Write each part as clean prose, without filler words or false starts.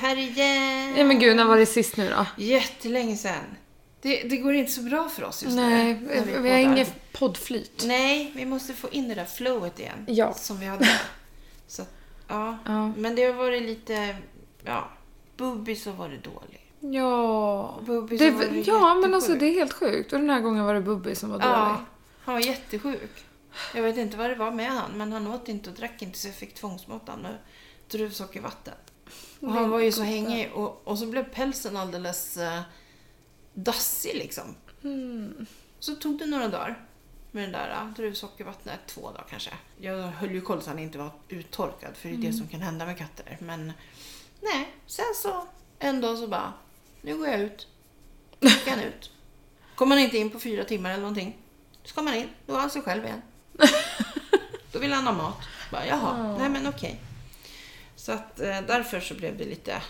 här igen. Ja men gud, när var det sist nu då? Jättelänge sedan. Det går inte så bra för oss just nu. Nej, vi har inget poddflyt. Nej, vi måste få in det där flowet igen. Ja. Som vi hade. Så ja. Men det har varit lite... Ja, Bubbi så var det dåligt. Ja. Bubbi så var det ja, men alltså det är helt sjukt. Och den här gången var det Bubbi som var dålig. Ja, han var jättesjuk. Jag vet inte vad det var med han, men han åt inte och drack inte så jag fick tvångsmata han med druvsockervatten. Och han var ju så hängig och så blev pälsen alldeles dassig liksom. Så tog det några dagar med det där druvsockervattnet, 2 dagar kanske. Jag höll ju koll så han inte var uttorkad, för det är det som kan hända med katter. Men nej, sen så en dag så bara, nu går jag ut. Gick han ut. Kommer man inte in på 4 timmar eller någonting. Så kommer man in, då var han sig själv igen. Då vill han ha mat. Bara, jaha, nej men okej. Så att därför så blev det lite...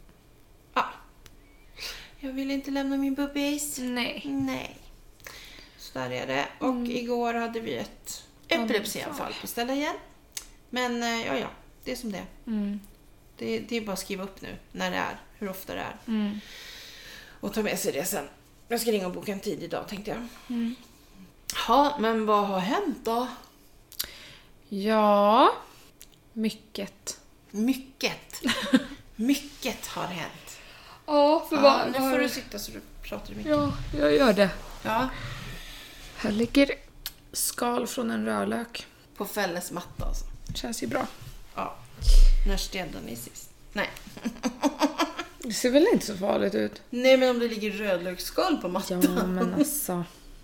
Jag vill inte lämna min bubbis. Nej. Så där är det. Och igår hade vi ett epilepsianfall på ställe igen. Men ja, det är som det är. Det är bara att skriva upp nu när det är, hur ofta det är. Och ta med sig det sen. Jag ska ringa och boka en tid idag, tänkte jag. Ja, men vad har hänt då? Ja, mycket. Mycket har hänt. Ja, för nu får du sitta så du pratar mycket. Ja, jag gör det. Ja. Här ligger skal från en rödlök. På Fälles matta alltså. Känns ju bra. Ja. När städade ni sist? Nej. Det ser väl inte så farligt ut? Nej, men om det ligger rödlöksskal på mattan. Ja, men alltså.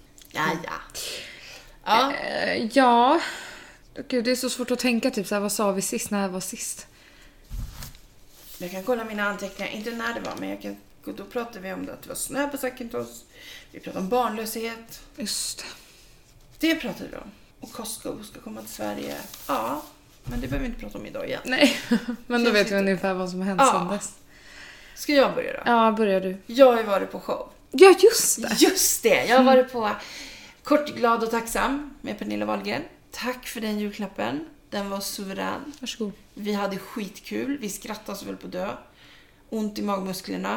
Ja. Gud, det är så svårt att tänka typ så här, vad sa vi sist, när var sist? Jag kan kolla mina anteckningar, inte när det var, men då pratade vi om det, att det var snö på Sakintos. Vi pratade om barnlöshet. Just det pratade vi om. Och Costco ska komma till Sverige. Ja, men det behöver vi inte prata om idag igen. Nej, men då vet vi ungefär vad som har hänt sedan dess. Ska jag börja då? Ja, börjar du. Jag har varit på show. Ja, just det. Just det, jag har varit på Kort, glad och tacksam med Pernilla Wahlgren. Tack för den julklappen. Den var suverän. Varsågod. Vi hade skitkul. Vi skrattade så väl på dö. Ont i magmusklerna.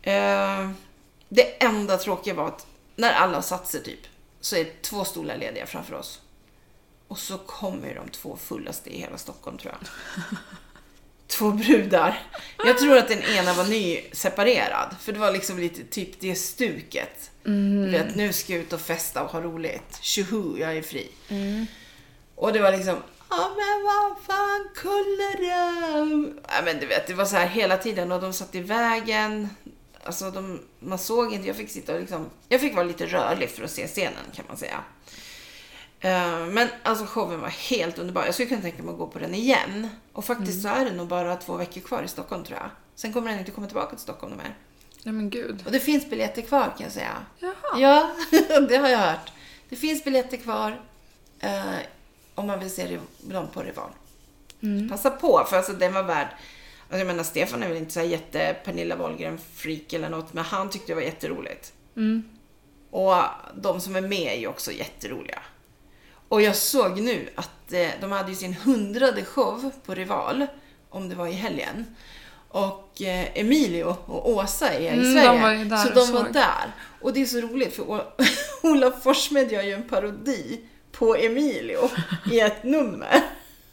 Det enda tråkiga var att när alla satt sig typ, så är 2 stolar lediga framför oss. Och så kommer de 2 fullaste i hela Stockholm, tror jag. 2 brudar. Jag tror att den ena var nyseparerad. För det var liksom lite typ det stuket. Du vet, nu ska jag ut och festa och ha roligt. Tjoho, jag är fri. Och det var liksom, men vad fan, kullar. Ja, men du vet, det var så här hela tiden. Och de satt i vägen. Alltså man såg inte, jag fick sitta och liksom, jag fick vara lite rörlig för att se scenen, kan man säga. Men alltså showen var helt underbar. Jag skulle kunna tänka mig att gå på den igen. Och faktiskt så är det nog bara 2 veckor kvar i Stockholm, tror jag. Sen kommer den inte komma tillbaka till Stockholm mer. Ja, men gud. Och det finns biljetter kvar, kan jag säga. Jaha. Ja, det har jag hört. Det finns biljetter kvar om man vill se dem på Rival. Passa på, för alltså den var värd. Alltså, jag menar, Stefan är väl inte så här jätte Pernilla Wahlgren-freak eller något, men han tyckte det var jätteroligt. Och de som är med är ju också jätteroliga. Och jag såg nu att de hade ju sin 100:e show på Rival, om det var i helgen. Och Emilio och Åsa är i Sverige. Så de var där. Och det är så roligt, för Ola Forssmed gör ju en parodi på Emilio i ett nummer.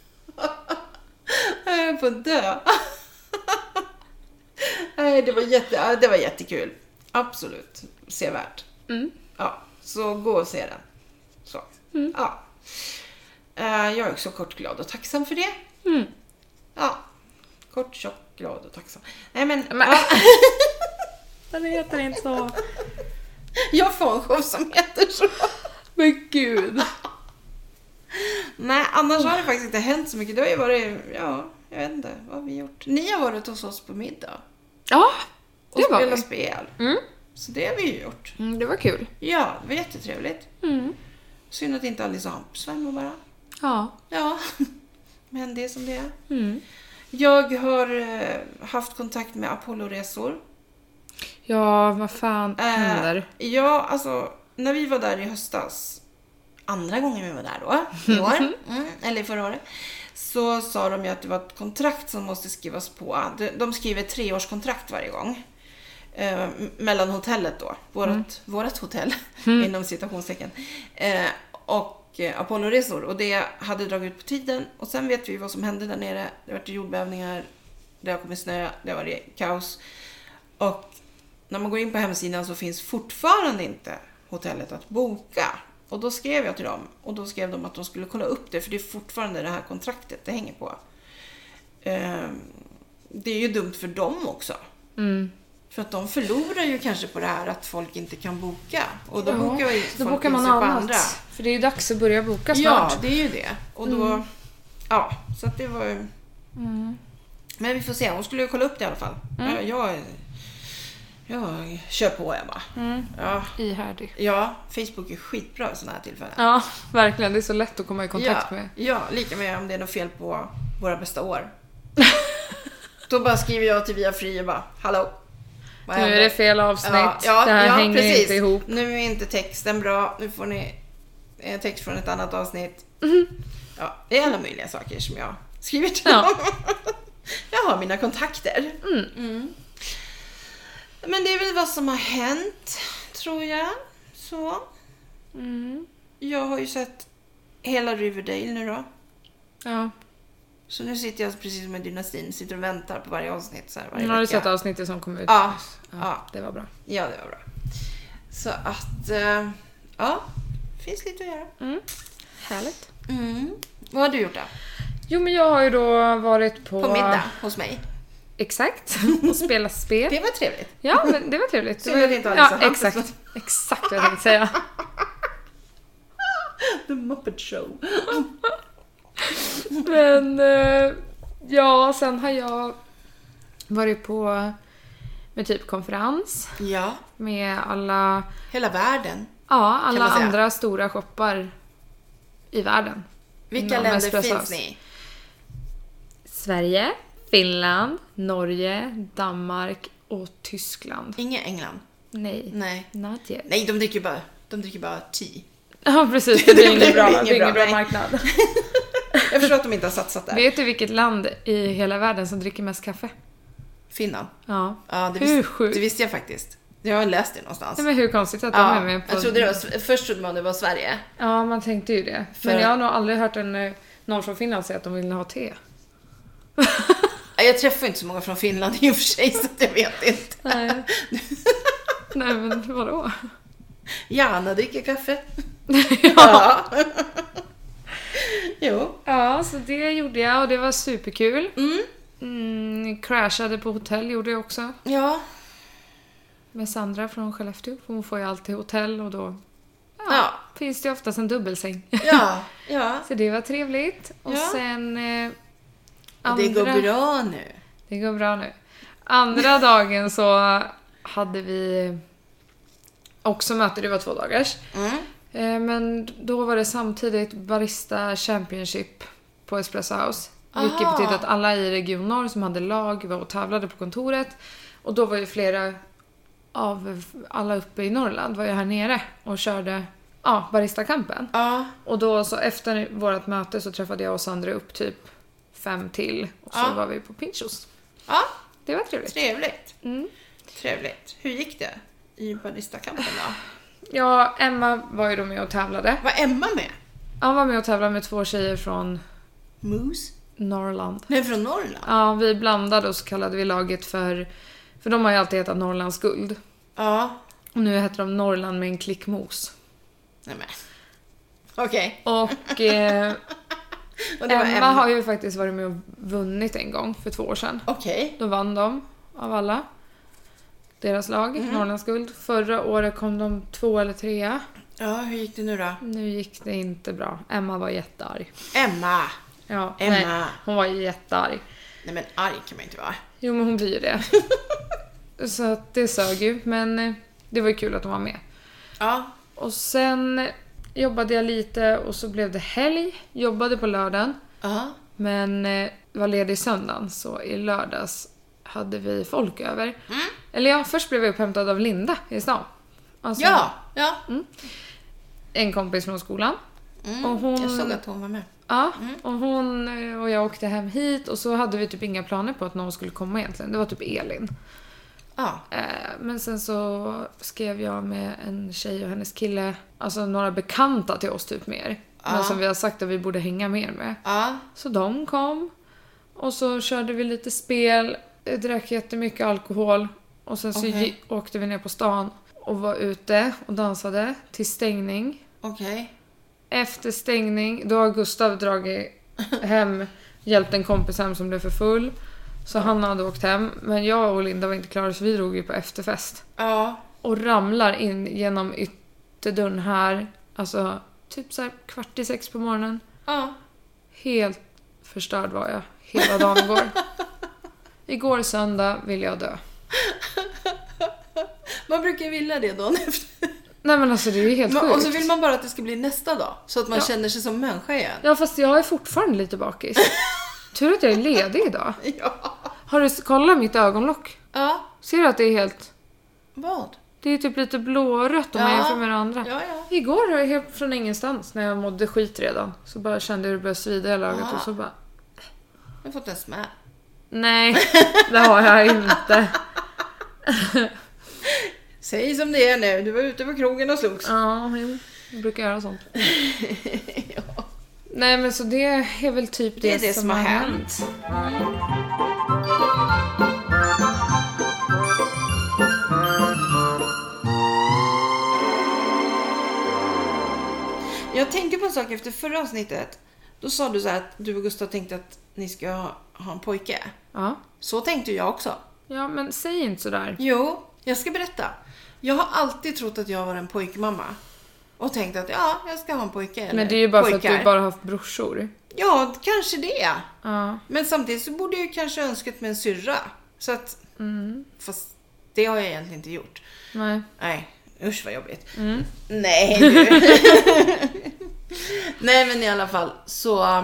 Jag är på att dö. Det var jättekul. Absolut. Sevärt. Ja, så gå och se den. Så. Ja. Jag är också kort, glad och tacksam för det. Ja. Kort, tjock, glad och tacksam. Nej, men ja. Den heter inte så. Jag får en show som heter så. Men gud. Nej, annars har det faktiskt inte hänt så mycket. Det har ju varit, jag vet inte, vad har vi gjort? Ni har varit hos oss på middag. Ja, det var vi. Och spel. Så det har vi ju gjort. Det var kul. Ja, det var jättetrevligt. Synd att inte Alice och Hampus var med bara. Ja, men det är som det är. Jag har haft kontakt med Apollo-resor. Ja, vad fan händer? Ja, alltså, när vi var där i höstas, andra gången vi var där då, i år, eller förra året, så sa de ju att det var ett kontrakt som måste skrivas på. De skriver 3-årskontrakt varje gång. Mellan hotellet då, vårat hotell, inom citationstecken, och Apollo-resor. Och det hade dragit ut på tiden. Och sen vet vi vad som hände där nere. Det har varit jordbävningar, det har kommit snö, det har varit kaos. Och när man går in på hemsidan så finns fortfarande inte hotellet att boka. Och då skrev jag till dem. Och då skrev de att de skulle kolla upp det. För det är fortfarande det här kontraktet det hänger på. Det är ju dumt för dem också. För att de förlorar ju kanske på det här att folk inte kan boka. Och då bokar man på annat. andra. För det är ju dags att börja boka snart. Ja, det är ju det. Och då, så att det var ju... Men vi får se, hon skulle ju kolla upp det i alla fall. Jag kör på, jag bara. Ja. Ihärdig. Ja, Facebook är skitbra i sådana här tillfällen. Ja, verkligen. Det är så lätt att komma i kontakt med. Ja, lika med om det är något fel på våra bästa år. Då bara skriver jag till Via Fri och bara, hallå. Nu är det fel avsnitt. Det här hänger precis. inte ihop. Nu är inte texten bra. Nu får ni text från ett annat avsnitt. Ja, det är alla möjliga saker som jag skriver till dem. Jag har mina kontakter. Men det är väl vad som har hänt, tror jag. Så. Jag har ju sett hela Riverdale nu då. Ja. Så nu sitter jag precis som en dynastin, sitter och väntar på varje avsnitt så här, varje Har du vecka. sett avsnittet som kom ut? Ja. Det var bra. Ja, det var bra. Så att, finns lite att göra. Härligt. Vad har du gjort då? Jo, men jag har ju då varit på middag hos mig. Exakt. Och spela spel. Det var trevligt. Ja, men det var trevligt. Så jag inte Alice och exakt. Exakt vad jag tänkte säga. The Muppet Show. Men sen har jag varit på med typ konferens. Ja. Med alla... Hela världen. Ja, alla andra stora shoppar i världen. Vilka länder finns ni i? Sverige, Finland, Norge, Danmark och Tyskland. Inga England? Nej. Not yet. Nej, de dricker bara te. Ja, precis. Det är ingen bra marknad. Jag förstår att de inte har satsat där. Vet du vilket land i hela världen som dricker mest kaffe? Finland. Ja. Det visste jag faktiskt. Jag har läst det någonstans. Nej, men hur konstigt att de är med på... Jag trodde först trodde man det var Sverige. Ja, man tänkte ju det. Men jag har nog aldrig hört någon från Finland säga att de vill ha te. Jag träffar inte så många från Finland i och för sig, så att jag vet inte. Nej, men vadå? Jana dricker kaffe. Ja. Jo. Ja, så det gjorde jag och det var superkul. Crashade på hotell gjorde jag också. Ja. Med Sandra från Skellefteå. Hon får ju alltid hotell och då finns det oftast en dubbelsäng. Ja. Så det var trevligt. Och sen... det går bra nu. Det går bra nu. Andra dagen så hade vi också möte. Det var 2 dagars. Men då var det samtidigt Barista Championship på Espresso House. Vilket betyder att alla i Region Norr som hade lag var och tävlade på kontoret. Och då var ju flera av alla uppe i Norrland var ju här nere och körde Barista-kampen. Och då så efter vårt möte så träffade jag och Sandra upp typ 5 till. Och så var vi på Pinchos. Ja. Det var trevligt. Trevligt. Hur gick det i Barista-kampen då? Ja, Emma var ju då med och tävlade. Var Emma med? Han var med och tävlade med 2 tjejer från... Moose? Norrland. Nej, från Norrland? Ja, vi blandade och så kallade vi laget för de har ju alltid hetat Norrlands guld. Ja. Och nu heter de Norrland med en klick mos. Nej men. Okej. Och Emma har ju faktiskt varit med och vunnit en gång för 2 år sedan. Okej. Då vann de av alla. Deras lag, Norrlands guld. Förra året kom de 2 eller 3. Ja, hur gick det nu då? Nu gick det inte bra. Emma var jättearg. Emma! Ja, Emma. Nej, hon var jättearg. Nej men arg kan man inte vara. Jo, men hon blir ju det. Så att det sög ju. Men det var ju kul att hon var med. Ja. Och sen jobbade jag lite och så blev det helg. Jobbade på lördagen. Men var ledig söndagen. Så i lördags hade vi folk över. Eller först blev jag upphämtad av Linda i stan. Alltså, Ja. En kompis från skolan. Och hon, jag såg att hon var med. Ja, och hon och jag åkte hem hit och så hade vi typ inga planer på att någon skulle komma egentligen. Det var typ Elin. Ja. Men sen så skrev jag med en tjej och hennes kille, alltså några bekanta till oss typ mer. Men som vi har sagt att vi borde hänga mer med. Ja. Så de kom och så körde vi lite spel, drack jättemycket alkohol och sen så åkte vi ner på stan och var ute och dansade till stängning. Okej. Efter stängning, då har Gustav dragit hem, hjälpt en kompis hem som blev för full. Så han hade åkt hem, men jag och Linda var inte klara så vi drog ju på efterfest. Ja. Och ramlar in genom ytterdörren här, alltså typ så här 5:45 på morgonen. Ja. Helt förstörd var jag hela dagen igår. Igår söndag vill jag dö. Man brukar vilja det dagen efter. Nej men alltså det är ju helt sjukt. Och så vill man bara att det ska bli nästa dag. Så att man känner sig som människa igen. Ja fast jag är fortfarande lite bakis. Tur att jag är ledig idag. Ja. Har du kollat mitt ögonlock? Ja. Ser du att det är helt... Vad? Det är typ lite blårött om man jämför med det andra. Ja. Igår helt från ingenstans när jag mådde skit redan. Så bara kände jag hur det började svida i hela ögat och så bara... Jag har fått en smäll. Nej, det har jag inte. Säg som det är nu. Du var ute på krogen och slogs. Ja, jag brukar göra sånt. Ja. Nej men så det är väl typ Det är det som har hänt. Jag tänkte på en sak efter förra avsnittet. Då sa du så här att du och Gustav tänkte att ni ska ha en pojke. Ja. Så tänkte jag också. Ja, men säg inte sådär. Jo, jag ska berätta. Jag har alltid trott att jag var en pojkmamma. Och tänkt att jag ska ha en pojke. Eller men det är ju bara pojkar. för att du bara har haft brorsor. Ja, kanske det. Ja. Men samtidigt så borde jag ju kanske önskat med en syrra. Så att... Fast det har jag egentligen inte gjort. Nej, usch vad jobbigt. Nej, du. Nej, men i alla fall så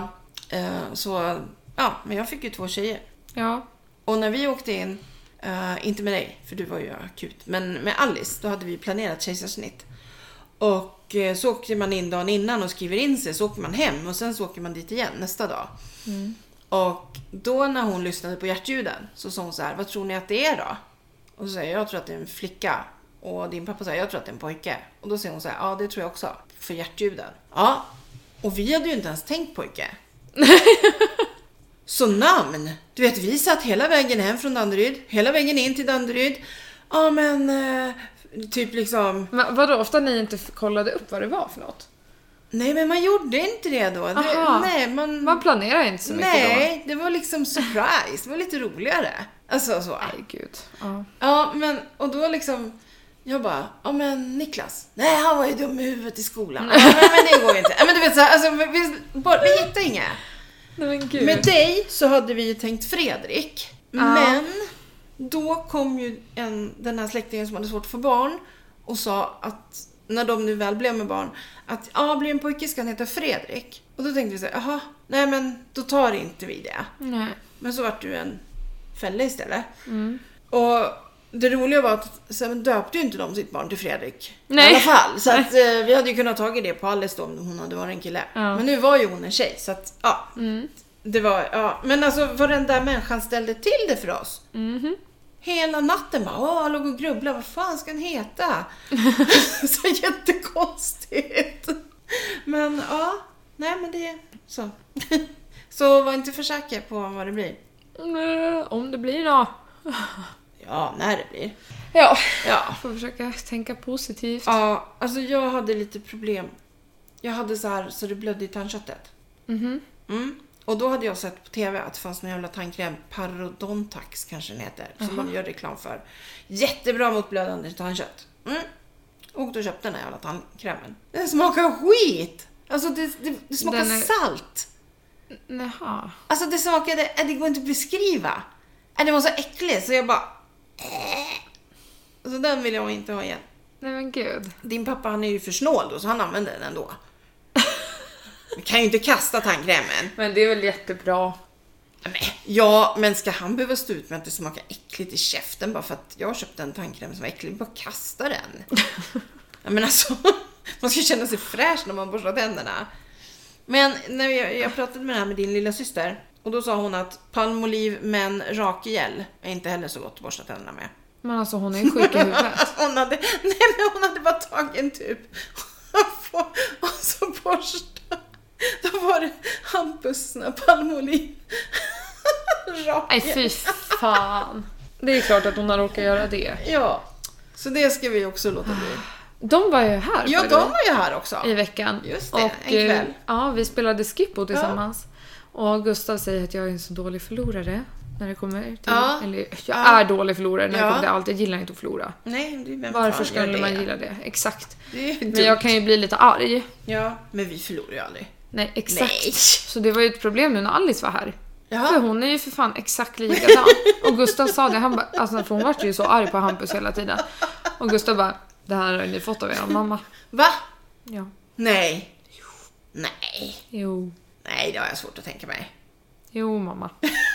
men jag fick ju 2 tjejer. Ja. Och när vi åkte in, inte med dig, för du var ju akut, men med Alice, då hade vi planerat kejsarsnitt. Och så åker man in dagen innan och skriver in sig, så åker man hem och sen så åker man dit igen nästa dag. Och då när hon lyssnade på hjärtljuden så sa hon så här: vad tror ni att det är då? Och så säger jag tror att det är en flicka. Och din pappa säger jag tror att det är en pojke. Och då säger hon så här: ja det tror jag också, för hjärtljuden. Ja, och vi hade ju inte ens tänkt pojke. Så namn, du vet, vi satt hela vägen hem från Danderyd, hela vägen in till Danderyd. Ja men typ liksom. Men vadå, ofta ni inte kollade upp vad det var för något? Nej, men man gjorde inte det då. Man planerar inte så mycket då. Nej, det var liksom surprise. Det var lite roligare. Alltså så. Nej, gud. Ja, men och då liksom jag bara, ja men Niklas. Nej, han var ju dum i huvudet i skolan. Ja, men det går ju inte. Ja, men du vet så här, alltså vi hittar inga. Nej, men gud. Med dig så hade vi ju tänkt Fredrik. Men då kom ju den här släktingen som hade svårt att få barn och sa att när de nu väl blev med barn att blir en pojke ska han heta Fredrik. Och då tänkte vi så här, jaha, nej men då tar inte vi det. Nej. Men så vart du en fälla istället. Och det roliga var att sen döpte ju inte de sitt barn till Fredrik. Nej. I alla fall. Så att vi hade ju kunnat ta det på Alice då om hon hade varit en kille. Ja. Men nu var ju hon en tjej. Så att det var, men alltså vad den där människan ställde till det för oss. Hela natten bara, jag låg och grubblade, vad fan ska han heta? Så jättekonstigt. Men nej men det är så. Så var inte för säker på vad det blir. Om det blir då. Ja, när det blir. Ja, får försöka tänka positivt. Ja, alltså jag hade lite problem. Jag hade så här, så det blödde i tandköttet. Och då hade jag sett på tv att det fanns någon jävla tandkräm, Parodontax kanske den heter, som de gör reklam för. Jättebra mot blödande tandkött. Och då köpte den här jävla tandkrämen. Den smakar skit! Alltså det smakar salt. Jaha. Alltså det smakade, det går inte att beskriva. Det var så äckligt så jag bara så den vill jag inte ha igen. Nej men gud. Din pappa han är ju för snål då så han använder den ändå. Vi kan ju inte kasta tandkrämen. Men det är väl jättebra. Ja, men ska han behöva stå ut med att det smakar äckligt i käften bara för att jag har köpt en tandkräm som var äcklig? Bara kasta den. Ja, men alltså, man ska känna sig fräsch när man borstar tänderna. Men när jag pratade med det här med din lilla syster. Och då sa hon att Palmolive men rakgel är inte heller så gott att borsta tänderna med. Men alltså hon är ju sjuk i huvudet. hon hade bara tagit en typ och så borsta. Då var det Hampus Palmolive. Nej fy fan. Det är klart att hon har råkat göra det. Ja, så det ska vi också låta bli. De var ju här. Ja, de var ju här också. I veckan. Just det, och, en kväll. Ja, vi spelade Skippo tillsammans. Ja. Och Gustav säger att jag är en så dålig förlorare när det kommer till... Ja. Eller jag är dålig förlorare när det kommer till allt. Jag gillar inte att förlora. Nej, varför skulle man gilla det? Exakt. Det men jag kan ju bli lite arg. Ja, men vi förlorar ju aldrig. Nej, exakt. Nej. Så det var ju ett problem nu när Alice var här. Jaha. För hon är ju för fan exakt likadan. Och Gustav sa det, han bara, alltså, för hon var ju så arg på Hampus hela tiden. Och Gustav bara, det här har ni fått av er mamma. Va? Ja. Nej. Nej. Jo. Nej, det har jag svårt att tänka mig. Jo, mamma.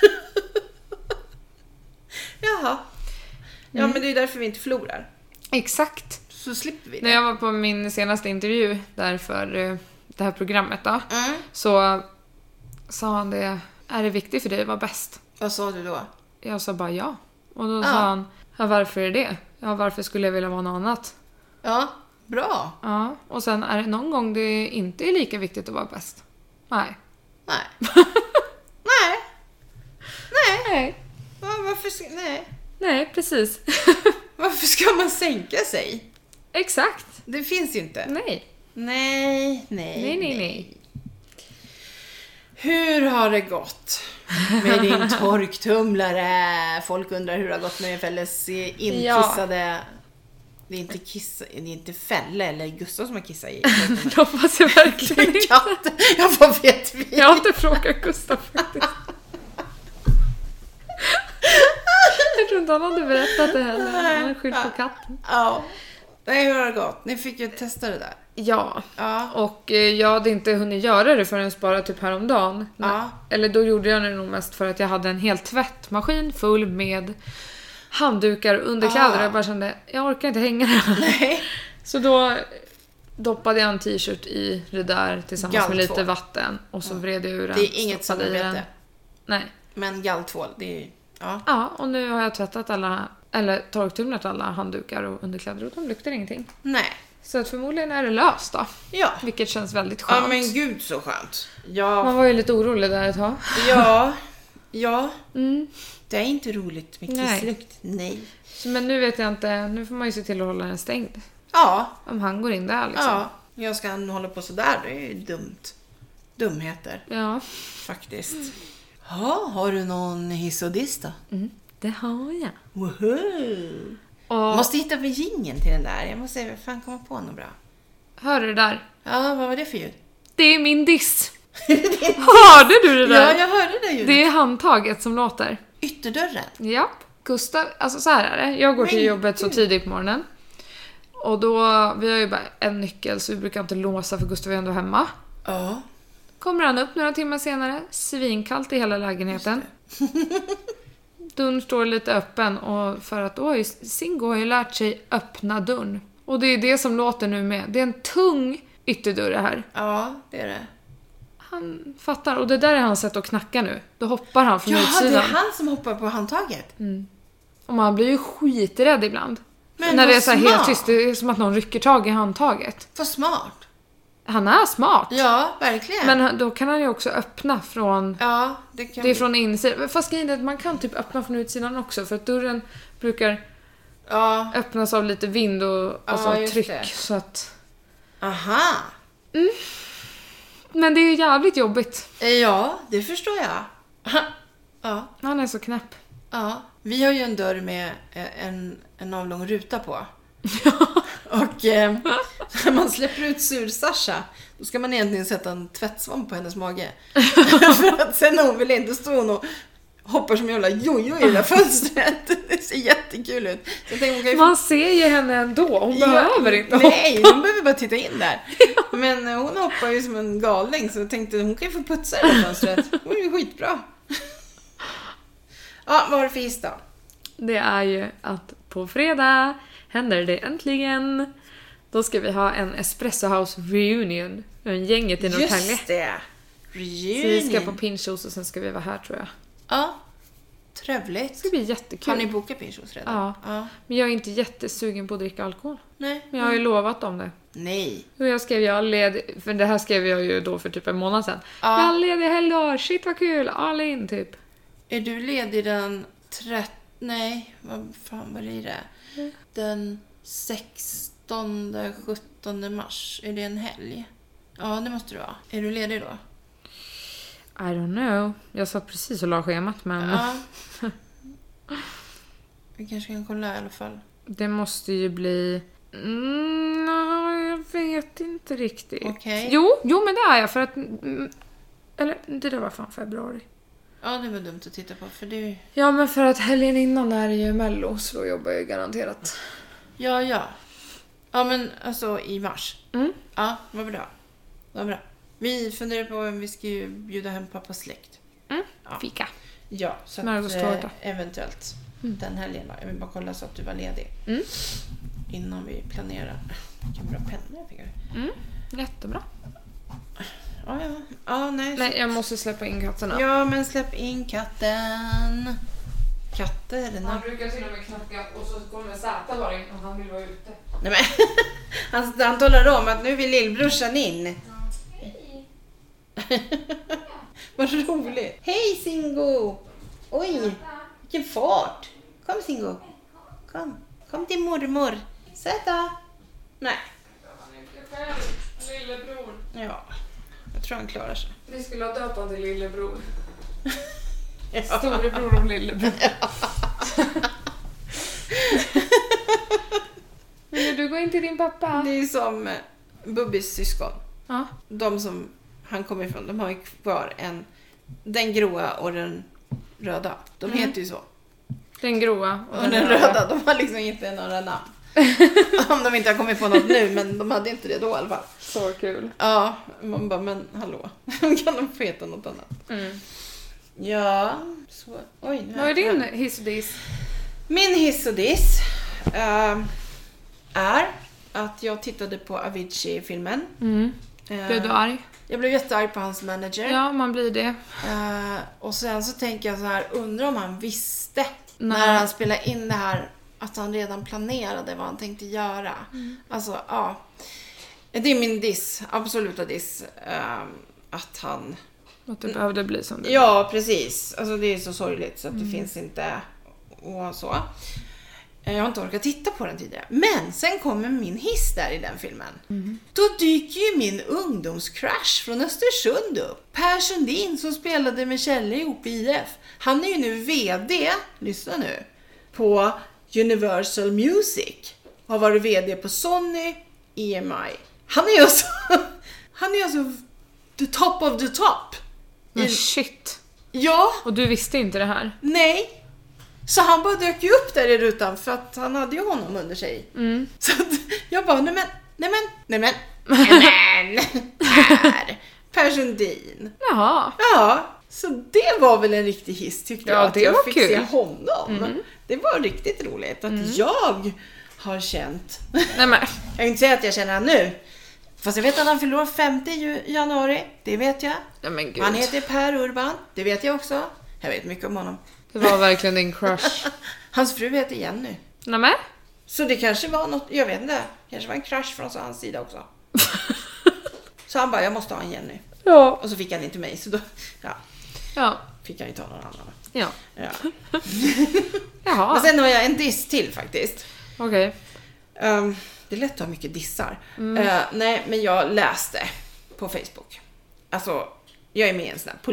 Jaha. Ja, men det är därför vi inte förlorar. Exakt. Så slipper vi det. När jag var på min senaste intervju där för det här programmet då, så sa han det, är det viktigt för dig att vara bäst? Vad sa du då? Jag sa bara ja. Och då sa han, ja, varför är det? Ja, varför skulle jag vilja vara något annat? Ja, bra. Ja, och sen är det någon gång det inte är lika viktigt att vara bäst. Nej. Nej. Nej. Varför ska... Nej. Nej, precis. Varför ska man sänka sig? Exakt. Det finns ju inte. Nej. Hur har det gått med din torktumlare? Folk undrar hur det har gått med Felles inkissade... Det är inte Felle eller Gustav som har kissat i. Det hoppas jag verkligen inte. Ja, vad vet vi? Jag har inte frågat Gustav faktiskt. Jag tror inte han hade berättat det heller. Han har skyllt på katten. Ja. Nej, hur har det gått? Ni fick ju testa det där. Ja. Och jag hade inte hunnit göra det förrän bara typ häromdagen. Ja. Eller då gjorde jag det nog mest för att jag hade en hel tvättmaskin full med handdukar och underkläder. Jag bara kände, jag orkar inte hänga där. Nej. Så då doppade jag en t-shirt i det där tillsammans med lite vatten. Och så vred jag ur den. Det är inget samarbete. Nej. Men galltvål, det är... Ja, och nu har jag tvättat torktumlat alla handdukar och underkläder och de luktar ingenting. Nej. Så att förmodligen är det löst då. Ja. Vilket känns väldigt skönt. Ja, men gud så skönt. Ja. Man var ju lite orolig där ett tag. Ja. Det är inte roligt med kisslukt. Nej. Men nu vet jag inte, nu får man ju se till att hålla den stängd. Ja. Om han går in där liksom. Ja, jag ska hålla på sådär, det är ju dumt. Dumheter. Ja. Faktiskt. Ja, har du någon hiss och diss då? Det har jag. Woho! Och... Måste hitta på jingeln till den där. Jag måste fan komma på något bra. Hör du det där? Ja, vad var det för ljud? Det är min diss. Hörde du det där? Ja, jag hörde det ljudet. Det är handtaget som låter. Ytterdörren? Ja. Gustav, alltså så här är det. Jag går till jobbet så tidigt på morgonen. Och då, vi har ju bara en nyckel så vi brukar inte låsa för Gustav är ändå hemma. Ja. Kommer han upp några timmar senare, svinkallt i hela lägenheten. Dörren står lite öppen och för att Singo har ju lärt sig öppna dörren. Och det är det som låter nu med. Det är en tung ytterdörr här. Ja, det är det. Han fattar. Och det där är hans sätt att knacka nu. Då hoppar han från utsidan. Ja, det är han som hoppar på handtaget. Och man blir ju skiträdd ibland. Men när det är vad så här helt smart. tyst. Det är som att någon rycker tag i handtaget. Vad smart. Han är smart. Ja, verkligen. Men då kan han ju också öppna från... Ja, det kan... Det är från insidan. Fast grejen är att man kan typ öppna från utsidan också. För att dörren brukar öppnas av lite vind och så tryck. Det. Så att... Aha. Men det är ju jävligt jobbigt. Ja, det förstår jag. Ja. Han är så knäpp. Ja. Vi har ju en dörr med en avlång ruta på. Och när man släpper ut Sur-Sasha, då ska man egentligen sätta en tvättsvamp på hennes mage. För att sen när hon vill inte stå hon och hoppar som en jävla jojo i det där fönstret. Det ser jättekul ut. Så jag tänkte, man ser ju henne ändå. Hon behöver inte hoppa. Nej, hon behöver bara titta in där. Men hon hoppar ju som en galning. Så jag tänkte hon kan ju få putsa i det här fönstret. Hon är ju skitbra. Ja, vad har du för hiss då? Det är ju att på fredag händer det äntligen Då ska vi ha en Espresso House reunion. En gänget i Norrtälje. Just det. Så vi ska på Pinchos och sen ska vi vara här, tror jag. Ja. Trevligt. Det ska bli jättekul. Har ni bokat Pinchos redan? Ja. Men jag är inte jättesugen på att dricka alkohol. Nej. Men jag har ju lovat om det. Nej. Och jag skrev för det här skrev jag ju då för typ en månad sedan. Ja. Jag är ledig helgdag, shit vad kul, all in typ. Är du ledig den Nej, vad fan var det? Den 16-17 mars. Är det en helg? Ja, det måste du vara. Är du ledig då? I don't know. Jag satt precis och la schemat, men Ja. Vi kanske kan kolla i alla fall. det måste ju bli... Nej, jag vet inte riktigt. Okej. Jo, men det är jag för att... Eller, det där var fan februari. Ja, det var dumt att titta på för du... Ja, men för att helgen innan är det ju Mello, så då jobbar jag garanterat. Ja. Ja, men alltså i mars. Mm. Ja, vad bra. Vad bra. Vi funderar på om vi ska ju bjuda hem pappas släkt. Mm. Ja. Fika. Ja, så att, Smörgåstårta. eventuellt den helgen då. Jag vill bara kolla så att du var ledig. Mm. Innan vi planerar. Vilken bra penna jag fick. Jättebra. Ja, nej. Nej, jag måste släppa in katterna. Ja, men släpp in katten. Katter. Han brukar till och med knacka och så kommer Zäta bara in och han vill vara ute. Nej, men han talar om att nu vill lillbrorsan in. Vad roligt. Hej Singo. Oj, vilken fart. Kom Singo. Kom till mormor. Zäta. Nej. Han är inte själv, lillebror. Ja, jag tror han klarar sig. Vi skulle ha döpt honom till lillebror. Ja. Storebror och lillebror. Men du går in till din pappa. Det är som Bubbis syskon. Ja. De som han kommer ifrån, de har ju kvar den gråa och den röda. De heter ju så. Den gråa Och den röda, de har liksom inte några namn. Om de inte har kommit på något nu, men de hade inte det då i alla fall. Så kul. Ja, man bara, men hallå. Kan de få heta något annat? Mm. Ja, så. Oj, nu Vad är din hiss och diss? Min hiss och diss är att jag tittade på Avicii-filmen. Blev du arg? Jag blev jättearg på hans manager. Ja, man blir det. Och sen så tänker jag så här, undrar om han visste när han spelade in det här att han redan planerade vad han tänkte göra. Alltså, ja. Det är min diss, absoluta diss. Att han... Att det behövde bli som det. Ja, precis. Alltså det är så sorgligt så att det finns inte och så. Jag har inte orkat titta på den tidigare. Men sen kommer min hiss där i den filmen. Då dyker ju min ungdomscrush från Östersund upp. Per Sundin som spelade med Kjelle ihop i IF. Han är ju nu vd, lyssna nu, på Universal Music. Har varit vd på Sony, EMI. Han är alltså the top of the top. Men shit. Ja. Och du visste inte det här? Nej. Så han bara dök ju upp där i rutan för att han hade ju honom under sig. Så att jag bara, nej men här, Per Sundin. Jaha. Ja, så det var väl en riktig hiss tyckte jag. Ja, att det jag var fick kul. se honom. Det var riktigt roligt att jag har känt. Nej men. Jag kan inte säga att jag känner han nu. Fast jag vet att han fyller år 5 januari. Det vet jag. Nej men gud. Han heter Per Urban. Det vet jag också. Jag vet mycket om honom. Det var verkligen din crush. Hans fru heter Jenny. Nej men. Så det kanske var något, jag vet inte. Kanske var en crush från hans sida också. Så han bara, jag måste ha en Jenny. Ja. Och så fick han inte mig. Så då, ja. fick han ju ta någon annan. Ja. Ja. Jaha. Men sen har jag en diss till faktiskt. Okej. Det är lätt att ha mycket dissar. Nej, men jag läste på Facebook. Alltså, jag är med i en sån här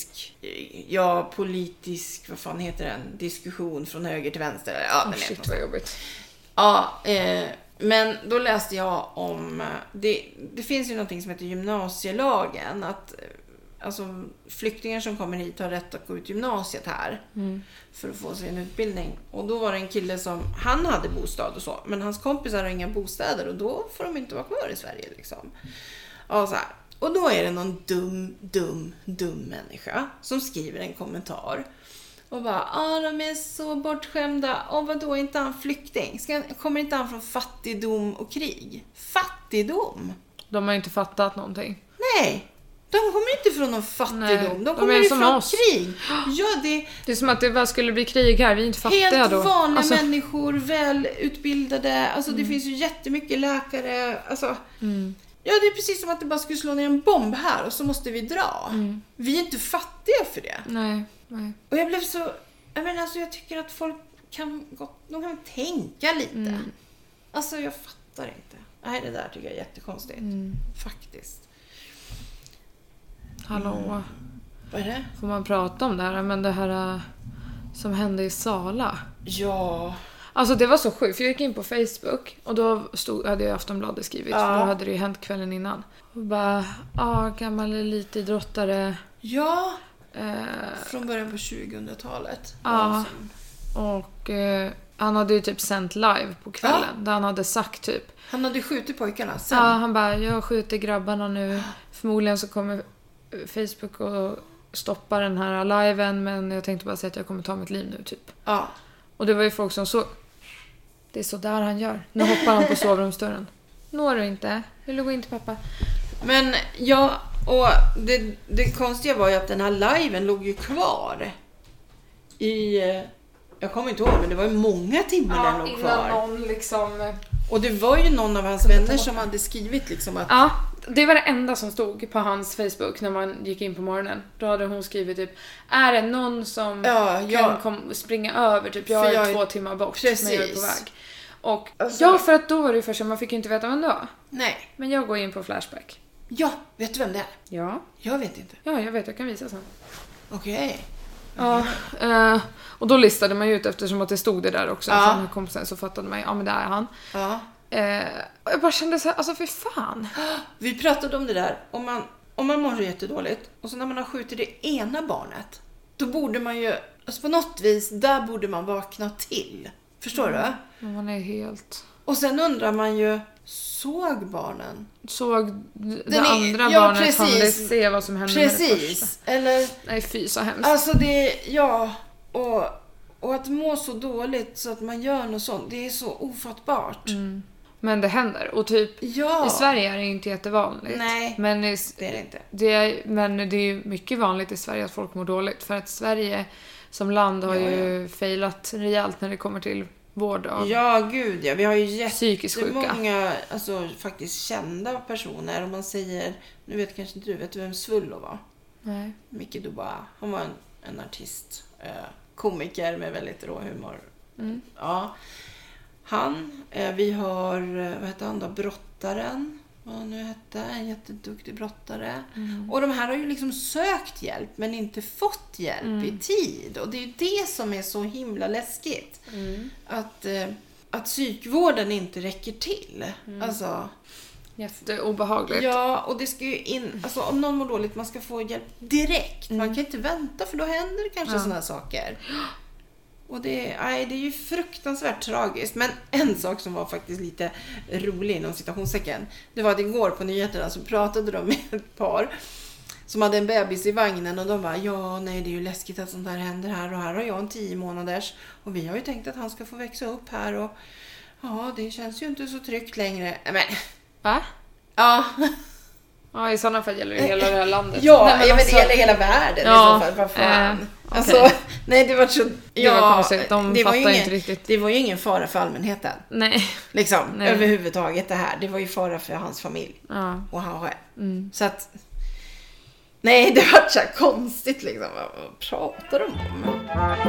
politisk, vad fan heter den? Diskussion från höger till vänster. Ja, Shit vad jobbigt. Ja, men då läste jag om, det finns ju någonting som heter gymnasielagen. Att alltså, flyktingar som kommer hit har rätt att gå ut gymnasiet här för att få sin utbildning. Och då var det en kille som, han hade bostad och så, men hans kompisar har inga bostäder och då får de inte vara kvar i Sverige liksom. Ja, så här. Och då är det någon dum människa som skriver en kommentar Och bara, de är så bortskämda. Och vadå, är inte han flykting? Kommer inte han från fattigdom och krig? Fattigdom? De har inte fattat någonting. Nej, de kommer inte från någon fattigdom. Nej, de kommer ju från krig. Ja, det är som att det bara skulle bli krig här. Vi är inte fattiga helt då. Vanliga människor, välutbildade. Alltså det finns ju jättemycket läkare. Alltså, ja, det är precis som att det bara skulle slå ner en bomb här och så måste vi dra. Vi är inte fattiga för det. Nej. Och jag blev så... jag tycker att folk kan tänka lite. Alltså, jag fattar inte. Nej, det där tycker jag är jättekonstigt. Faktiskt. Hallå. Vad är det? Får man prata om det här? Men det här som hände i Sala. Ja. Alltså det var så sjukt. För jag gick in på Facebook. Och då hade jag Aftonbladet skrivit. För då hade det ju hänt kvällen innan. Och bara, gammal elitidrottare. Ja. Från början på 2000-talet. Ja. Och han hade ju typ sänt live på kvällen. Där han hade sagt typ. Han hade skjutit pojkarna sen. Ja, han bara, jag skjuter grabbarna nu. Förmodligen så kommer Facebook och stoppa den här liven. Men jag tänkte bara säga att jag kommer ta mitt liv nu typ. Ja. Och det var ju folk som såg. Det är så där han gör. Nu hoppar han på sovrumsdörren. Når du inte? Vill du gå in till pappa? Men ja, och det konstiga var ju att den här liven låg ju kvar i... Jag kommer inte ihåg, men det var ju många timmar den låg kvar. Någon liksom... Och det var ju någon av hans vänner som hade skrivit liksom att... Ja, det var det enda som stod på hans Facebook när man gick in på morgonen. Då hade hon skrivit typ, är det någon som kan springa över? Typ, jag är 2 timmar bort, men jag är på väg. Och alltså, för att då var det ju först, man fick ju inte veta vem det var. Nej. Men jag går in på Flashback. Ja, vet du vem det är? Ja. Jag vet inte. Ja, jag vet, jag kan visa sen. Okej. Ja, och då listade man ju ut eftersom att det stod det där också. Från kompisen så fattade man, men det är han. Ja. Och jag bara kände så här, alltså för fan. Vi pratade om det där. Om man mår jättedåligt och så när man har skjutit det ena barnet, då borde man ju, alltså på något vis, där borde man vakna till. Förstår du? Men man är helt... Och sen undrar man ju, såg barnen? Såg det andra barnet, precis. Han vill se vad som hände med det första. Eller... Nej, fy så hemskt. Alltså och att må så dåligt så att man gör något sånt, det är så ofattbart. Men det händer. Och typ i Sverige är det inte jättevanligt. Nej, men det är det inte. Men det är ju mycket vanligt i Sverige att folk mår dåligt. För att Sverige som land har ju failat rejält när det kommer till vård av vi har ju psykiskt sjuka. Många faktiskt kända personer. Om man säger, nu vet kanske inte du, vet du vem Svullo var? Nej. Micke Dubois. Han var en artist, komiker med väldigt rå humor. Ja. Vi har, vad heter han då? Brottaren. Vad nu hette, en jätteduktig brottare. Och de här har ju liksom sökt hjälp men inte fått hjälp i tid. Och det är ju det som är så himla läskigt. Att psykvården inte räcker till. Alltså, jätteobehagligt. Ja, och det ska ju in, alltså om någon mår dåligt, man ska få hjälp direkt. Man kan inte vänta för då händer det kanske såna här saker. Och det är ju fruktansvärt tragiskt. Men en sak som var faktiskt lite rolig inom citationstecken, det var att igår på nyheterna så pratade de med ett par som hade en bebis i vagnen och de bara, det är ju läskigt att sånt där händer här och här har jag en 10 månaders och vi har ju tänkt att han ska få växa upp här och det känns ju inte så tryggt längre. Men va? Ja. Ja, i sådana fall gäller det hela det här landet. Ja, det gäller hela världen i så fall. Vad fan. Alltså, nej, det var så... Det var konstigt, de fattar inte riktigt. Det var ju ingen fara för allmänheten. Nej. Liksom, överhuvudtaget det här. Det var ju fara för hans familj. Ja. Och han själv. Så att... Nej, det var så konstigt liksom. Vad pratar de om?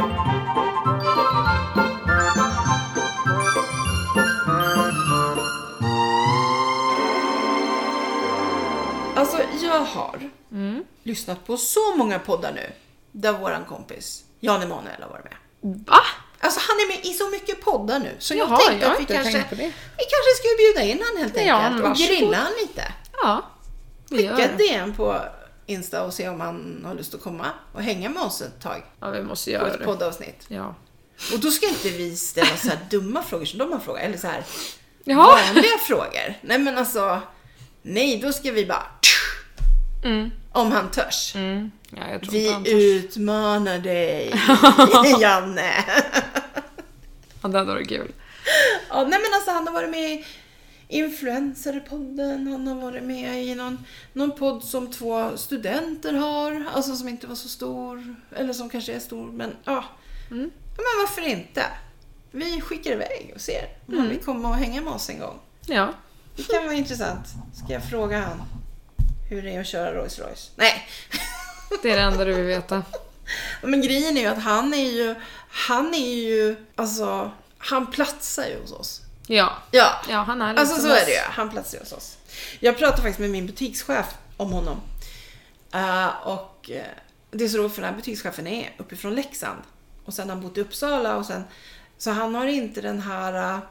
Alltså, jag har lyssnat på så många poddar nu där våran kompis Jan Emanuel har varit med. Va? Alltså, han är med i så mycket poddar nu. Så jag tänkte att vi kanske skulle bjuda in han helt enkelt och grilla han lite. Ja, skicka DM på Insta och se om han har lust att komma och hänga med oss ett tag. Ja, vi måste göra på ett poddavsnitt. Ja. Och då ska inte vi ställa så här dumma frågor som de har frågat. Eller så här vanliga frågor. Nej, men alltså... Nej, då ska vi bara... Om han törs. Ja, jag tror Vi inte han törs. utmanar dig, Janne. Ja, det hade varit kul. Ja, nej men alltså han har varit med i Influencerpodden. Han har varit med i någon podd som 2 studenter har. Alltså som inte var så stor. Eller som kanske är stor. Men ja. Men varför inte? Vi skickar iväg och ser om han vill komma och hänga med oss en gång. Ja. Det kan vara intressant. Ska jag fråga han hur det är att köra Rolls Royce? Nej. Det är det enda du vill veta. Men grejen är ju att han är ju alltså, han platsar ju hos oss. Ja. Ja, Han är lite alltså så är det ju. Han platsar ju hos oss. Jag pratade faktiskt med min butikschef om honom. Och det är så roligt för den här butikschefen är uppifrån Leksand. Och sen har han bott i Uppsala och sen, så han har inte den här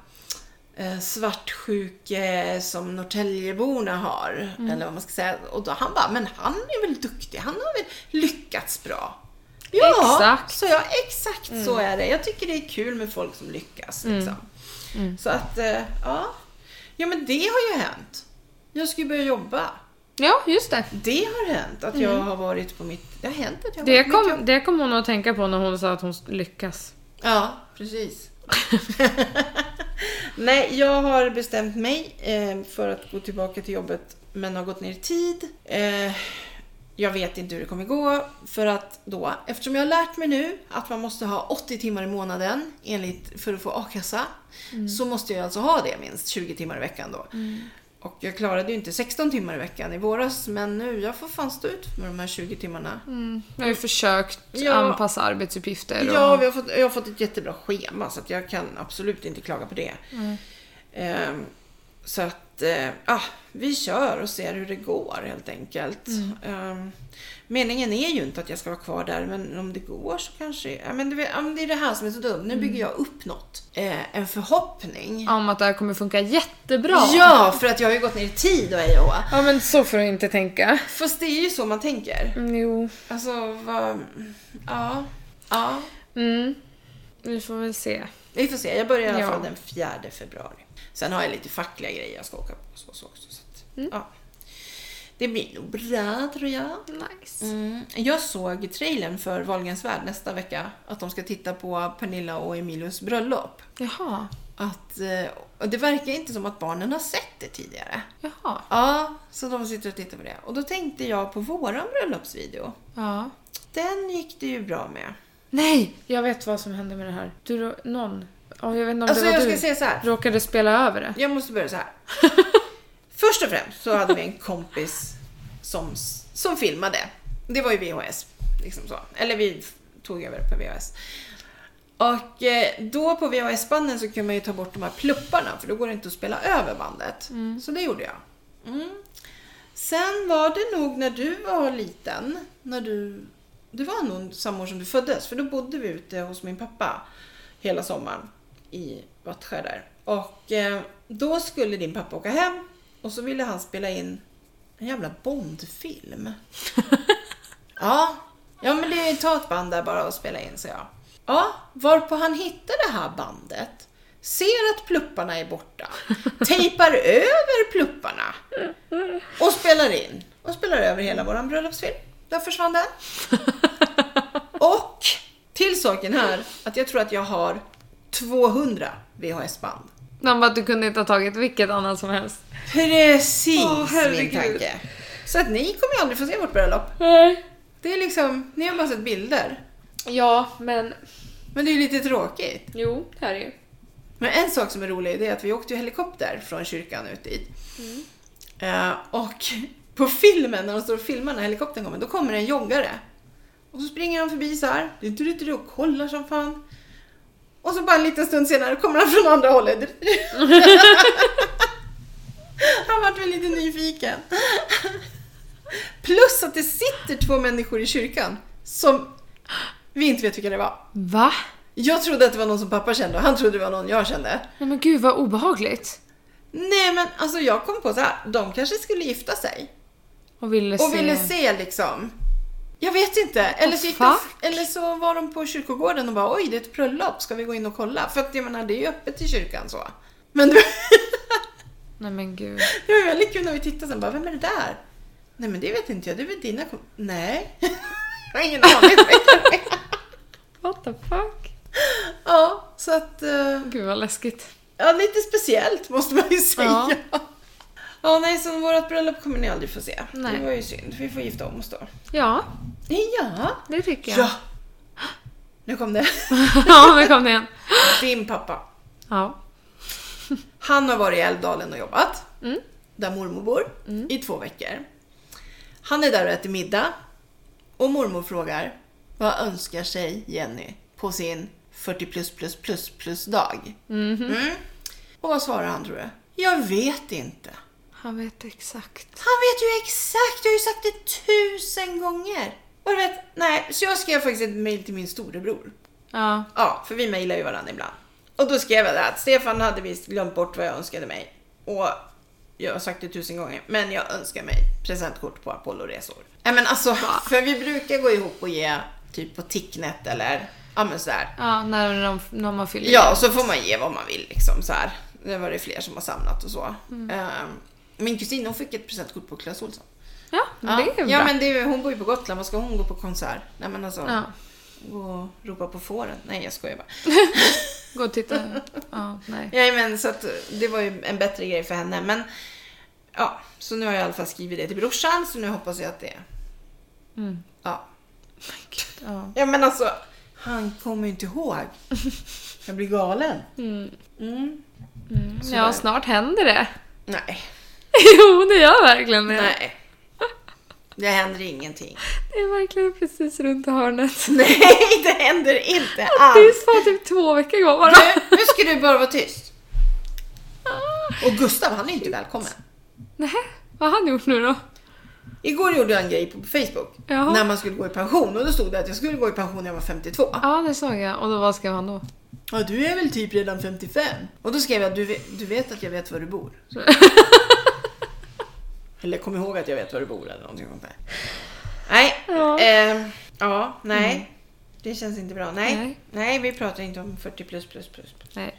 svartsjuke som Norrtäljeborna har. Eller vad man ska säga. Och då han bara, men han är väl duktig. Han har väl lyckats bra. Ja, Exakt. så exakt så är det. Jag tycker det är kul med folk som lyckas. Liksom. Så att, ja men det har ju hänt. Jag ska ju börja jobba. Ja, just det. Det har hänt att jag har varit på mitt... Det har hänt att jag har varit på mitt jobb. Det kom hon att tänka på när hon sa att hon lyckas. Ja, precis. Nej, jag har bestämt mig för att gå tillbaka till jobbet, men har gått ner i tid. Jag vet inte hur det kommer gå, för att då, eftersom jag har lärt mig nu att man måste ha 80 timmar i månaden för att få a-kassa, så måste jag alltså ha det minst 20 timmar i veckan då. Och jag klarade ju inte 16 timmar i veckan i våras, men nu, jag får fan stå ut med de här 20 timmarna. Jag har ju försökt anpassa arbetsuppgifter. Ja, jag har fått ett jättebra schema, så att jag kan absolut inte klaga på det. Så att, vi kör och ser hur det går helt enkelt. Meningen är ju inte att jag ska vara kvar där, men om det går så kanske... Men det är det här som är så dumt. Nu bygger jag upp något. En förhoppning. Om att det här kommer funka jättebra. Ja, för att jag har ju gått ner i tid och Ja, men så får du inte tänka. Fast det är ju så man tänker. Jo. Alltså, ja. Vi får väl se. Vi får se. Jag börjar i alla fall den 4 februari. Sen har jag lite fackliga grejer jag ska åka på. Så också, så att, ja. Det blir nog bra, tror jag. Nice. Jag såg trailern för Wahlgrens värld nästa vecka. Att de ska titta på Pernilla och Emilius bröllop. Jaha. Och det verkar inte som att barnen har sett det tidigare. Jaha. Ja, så de sitter och tittar på det. Och då tänkte jag på våran bröllopsvideo. Ja. Den gick det ju bra med. Nej, jag vet vad som hände med det här. Jag vet inte om alltså det var jag du ska säga så här. Råkade spela över det. Jag måste börja så här. Först och främst så hade vi en kompis som filmade. Det var ju VHS. Liksom så. Eller vi tog över på VHS. Och då på VHS-banden så kan man ju ta bort de här plupparna. För då går det inte att spela över bandet. Så det gjorde jag. Sen var det nog när du var liten. Det var nog samma år som du föddes. För då bodde vi ute hos min pappa hela sommaren i Vattskär där. Och då skulle din pappa åka hem. Och så ville han spela in en jävla Bondfilm. Ja, men det är ta ett band där bara och spela in, så jag. Ja, varpå han hittar det här bandet. Ser att plupparna är borta. Tejpar över plupparna. Och spelar in. Och spelar över hela våran bröllopsfilm. Där försvann den. Och till saken här, att jag tror att jag har 200 VHS-band. Men att du kunde inte ha tagit vilket annat som helst. Precis, min tanke. Så att ni kommer ju aldrig få se vårt bröllop. Nej. Det är liksom, ni har bara sett bilder. Ja, men det är ju lite tråkigt. Jo, det är det ju. Men en sak som är rolig, det är att vi åkte ju helikopter från kyrkan ut dit. Och på filmen, när de står och filmar när helikoptern kommer, då kommer en joggare. Och så springer han förbi så här. Och kollar som fan. Och så bara en liten stund senare kommer han från andra hållet. Han var väl lite nyfiken. Plus att det sitter 2 människor i kyrkan som vi inte vet vilka det var. Va? Jag trodde att det var någon som pappa kände och han trodde det var någon jag kände. Nej men gud, vad obehagligt. Nej men alltså jag kom på så här, de kanske skulle gifta sig. Och ville se liksom. Jag vet inte. Eller så var de på kyrkogården och bara, oj, det är ett bröllop, ska vi gå in och kolla? För att jag menar, det är ju öppet i kyrkan så. Men nej men gud. Det var väldigt kul när vi tittade sen, bara, vem är det där? Nej, men det vet inte jag. Det är väl dina Nej. Jag har ingen aning. What the fuck? Ja, så att... Gud vad läskigt. Ja, lite speciellt måste man ju säga. Ja, nej, så vårat bröllop kommer ni aldrig få se. Nej. Det var ju synd. Vi får gifta om oss då. Ja, Ja, det tycker jag. ja. Nu kom det. Ja, nu kom det igen. Din pappa. Ja. Han har varit i Älvdalen och jobbat. Mm. Där mormor bor. I 2 veckor. Han är där och äter middag. Och mormor frågar: vad önskar sig Jenny på sin 40++++ dag? Och vad svarar han, tror jag? Jag vet inte. Han vet exakt. Han vet ju exakt. Jag har ju sagt det 1000 gånger. Och du vet, nej, så jag skrev faktiskt ett mejl till min storebror. Ja. Ja, för vi mejlar ju varandra ibland. Och då skrev jag det att Stefan hade visst glömt bort vad jag önskade mig. Och jag har sagt det 1000 gånger. Men jag önskar mig presentkort på Apollo-resor. Nej, men alltså, för vi brukar gå ihop och ge typ på Ticknet eller men så där. Ja, när man fyller. Ja, så får man ge vad man vill liksom så här. Det var det fler som har samlat och så. Min kusin, hon fick ett presentkort på Clas Ohlson. Ja, det är bra. Ja, men hon bor ju på Gotland. Vad ska hon gå på konsert? Nej, men alltså, gå och ropa på fåren. Nej, jag skojar bara. Gå och titta. Ja, nej. Ja, men så att det var ju en bättre grej för henne. Men ja, så nu har jag i alla fall skrivit det till brorsan. Så nu hoppas jag att det ja. Ja. Ja, men alltså, han kommer ju inte ihåg. Jag blir galen. Ja, snart händer det. Nej. Jo, det gör verkligen det. Nej. Det händer ingenting. Det är verkligen precis runt hörnet. Nej, det händer inte Det alls. är typ 2 veckor kvar bara. Nu ska du bara vara tyst. Och Gustav, han är inte välkommen. Nej, vad har han gjort nu då? Igår gjorde jag en grej på Facebook. Jaha. När man skulle gå i pension. Och då stod det att jag skulle gå i pension när jag var 52. Ja, det såg jag. Och då vad skrev han då? Ja, du är väl typ redan 55. Och då skrev jag: du vet att jag vet var du bor. Eller kom ihåg att jag vet var du bor eller någonting sånt där. Nej. Nej. Det känns inte bra. Nej, vi pratar inte om 40+++. Nej.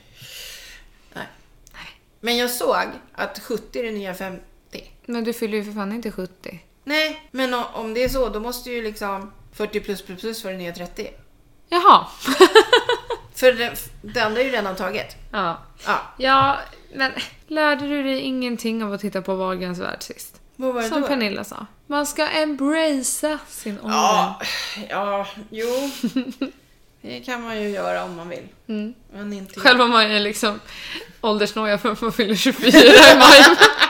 Men jag såg att 70 är det nya 50. Men du fyller ju för fan inte 70. Nej, men om det är så, då måste ju liksom 40+++ vara det nya 30. Jaha. För det andra är ju redan taget. Ja. Ja. Ja, men lärde du dig ingenting av att titta på Wahlgrens värld sist? Vad var det Som då? Pernilla sa. Man ska embracea sin ålder. Jo. Det kan man ju göra om man vill. Men inte Själv var man ju liksom åldersnoja för att man fyller 24 i maj.